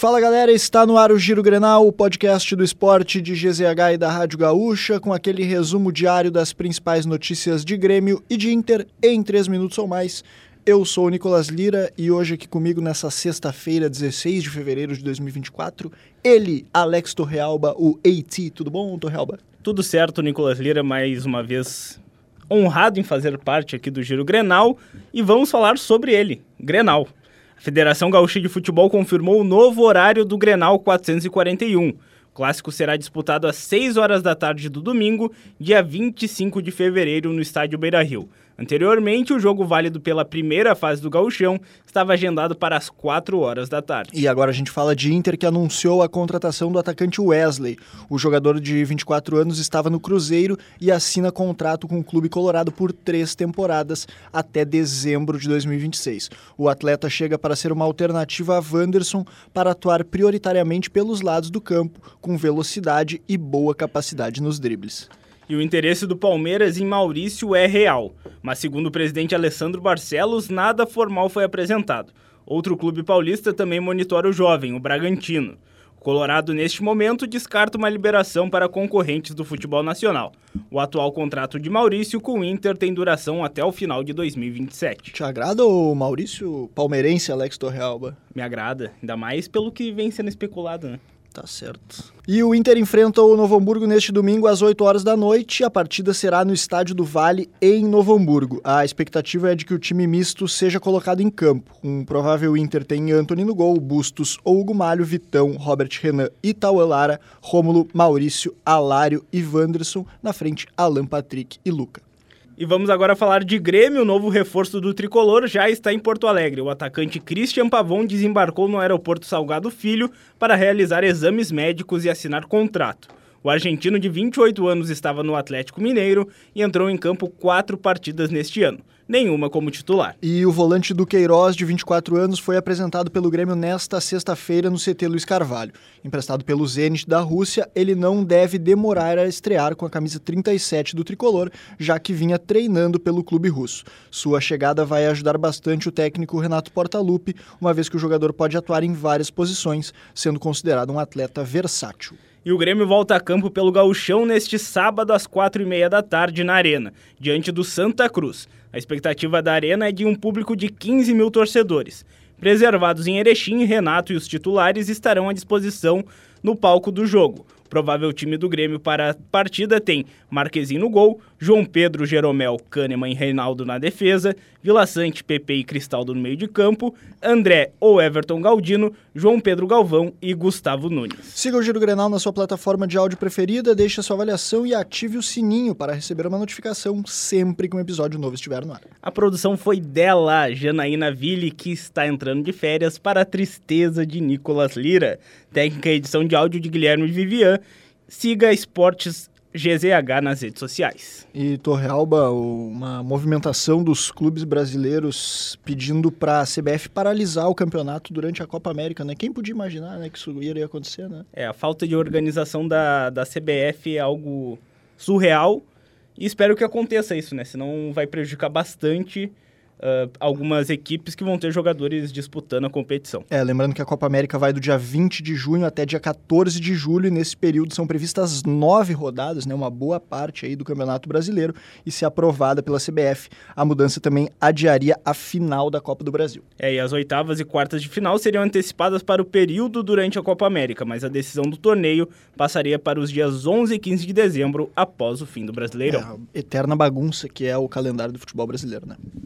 Fala galera, está no ar o Giro Grenal, o podcast do esporte de GZH e da Rádio Gaúcha, com aquele resumo diário das principais notícias de Grêmio e de Inter em 3 minutos ou mais. Eu sou o Nicolas Lira e hoje aqui comigo nessa sexta-feira, 16 de fevereiro de 2024, ele, Alex Torrealba, o AT. Tudo bom, Torrealba? Tudo certo, Nicolas Lira, mais uma vez honrado em fazer parte aqui do Giro Grenal e vamos falar sobre ele, Grenal. A Federação Gaúcha de Futebol confirmou o novo horário do Grenal 441. O clássico será disputado às 6 horas da tarde do domingo, dia 25 de fevereiro, no estádio Beira-Rio. Anteriormente, o jogo válido pela primeira fase do Gauchão estava agendado para as 4 horas da tarde. E agora a gente fala de Inter, que anunciou a contratação do atacante Wesley. O jogador de 24 anos estava no Cruzeiro e assina contrato com o Clube Colorado por 3 temporadas até dezembro de 2026. O atleta chega para ser uma alternativa a Wanderson para atuar prioritariamente pelos lados do campo, com velocidade e boa capacidade nos dribles. E o interesse do Palmeiras em Maurício é real, mas segundo o presidente Alessandro Barcelos, nada formal foi apresentado. Outro clube paulista também monitora o jovem, o Bragantino. O Colorado, neste momento, descarta uma liberação para concorrentes do futebol nacional. O atual contrato de Maurício com o Inter tem duração até o final de 2027. Te agrada o Maurício palmeirense, Alex Torrealba? Me agrada, ainda mais pelo que vem sendo especulado, né? Tá certo. E o Inter enfrenta o Novo Hamburgo neste domingo às 8 horas da noite. A partida será no Estádio do Vale, em Novo Hamburgo. A expectativa é de que o time misto seja colocado em campo. Um provável Inter tem Antony no gol, Bustos, Hugo Malho, Vitão, Robert Renan, Itauan Lara, Rômulo, Maurício, Alário e Wanderson. Na frente, Alan Patrick e Luca. E vamos agora falar de Grêmio. O novo reforço do Tricolor já está em Porto Alegre. O atacante Christian Pavon desembarcou no aeroporto Salgado Filho para realizar exames médicos e assinar contrato. O argentino de 28 anos estava no Atlético Mineiro e entrou em campo 4 partidas neste ano, nenhuma como titular. E o volante do Queiroz, de 24 anos, foi apresentado pelo Grêmio nesta sexta-feira no CT Luiz Carvalho. Emprestado pelo Zenit da Rússia, ele não deve demorar a estrear com a camisa 37 do Tricolor, já que vinha treinando pelo clube russo. Sua chegada vai ajudar bastante o técnico Renato Portaluppi, uma vez que o jogador pode atuar em várias posições, sendo considerado um atleta versátil. E o Grêmio volta a campo pelo Gauchão neste sábado às 4h30 da tarde na Arena, diante do Santa Cruz. A expectativa da Arena é de um público de 15 mil torcedores. Preservados em Erechim, Renato e os titulares estarão à disposição no palco do jogo. O provável time do Grêmio para a partida tem Marquezinho no gol, João Pedro, Jeromel, Kahneman e Reinaldo na defesa, Vila Sante, Pepe e Cristaldo no meio de campo, André ou Everton Galdino, João Pedro Galvão e Gustavo Nunes. Siga o Giro Grenal na sua plataforma de áudio preferida, deixe a sua avaliação e ative o sininho para receber uma notificação sempre que um episódio novo estiver no ar. A produção foi dela, Janaína Ville, que está entrando de férias para a tristeza de Nicolas Lira. Técnica e edição de áudio de Guilherme Vivian. Siga Esportes GZH nas redes sociais. E Torrealba, uma movimentação dos clubes brasileiros pedindo para a CBF paralisar o campeonato durante a Copa América, né? Quem podia imaginar, né, que isso iria acontecer, né? A falta de organização da CBF é algo surreal e espero que aconteça isso, né? Senão vai prejudicar bastante algumas equipes que vão ter jogadores disputando a competição. Lembrando que a Copa América vai do dia 20 de junho até dia 14 de julho, e nesse período são previstas 9 rodadas, né, uma boa parte aí do Campeonato Brasileiro, e se aprovada pela CBF, a mudança também adiaria a final da Copa do Brasil. E as oitavas e quartas de final seriam antecipadas para o período durante a Copa América, mas a decisão do torneio passaria para os dias 11 e 15 de dezembro, após o fim do Brasileirão. Eterna bagunça que é o calendário do futebol brasileiro, né?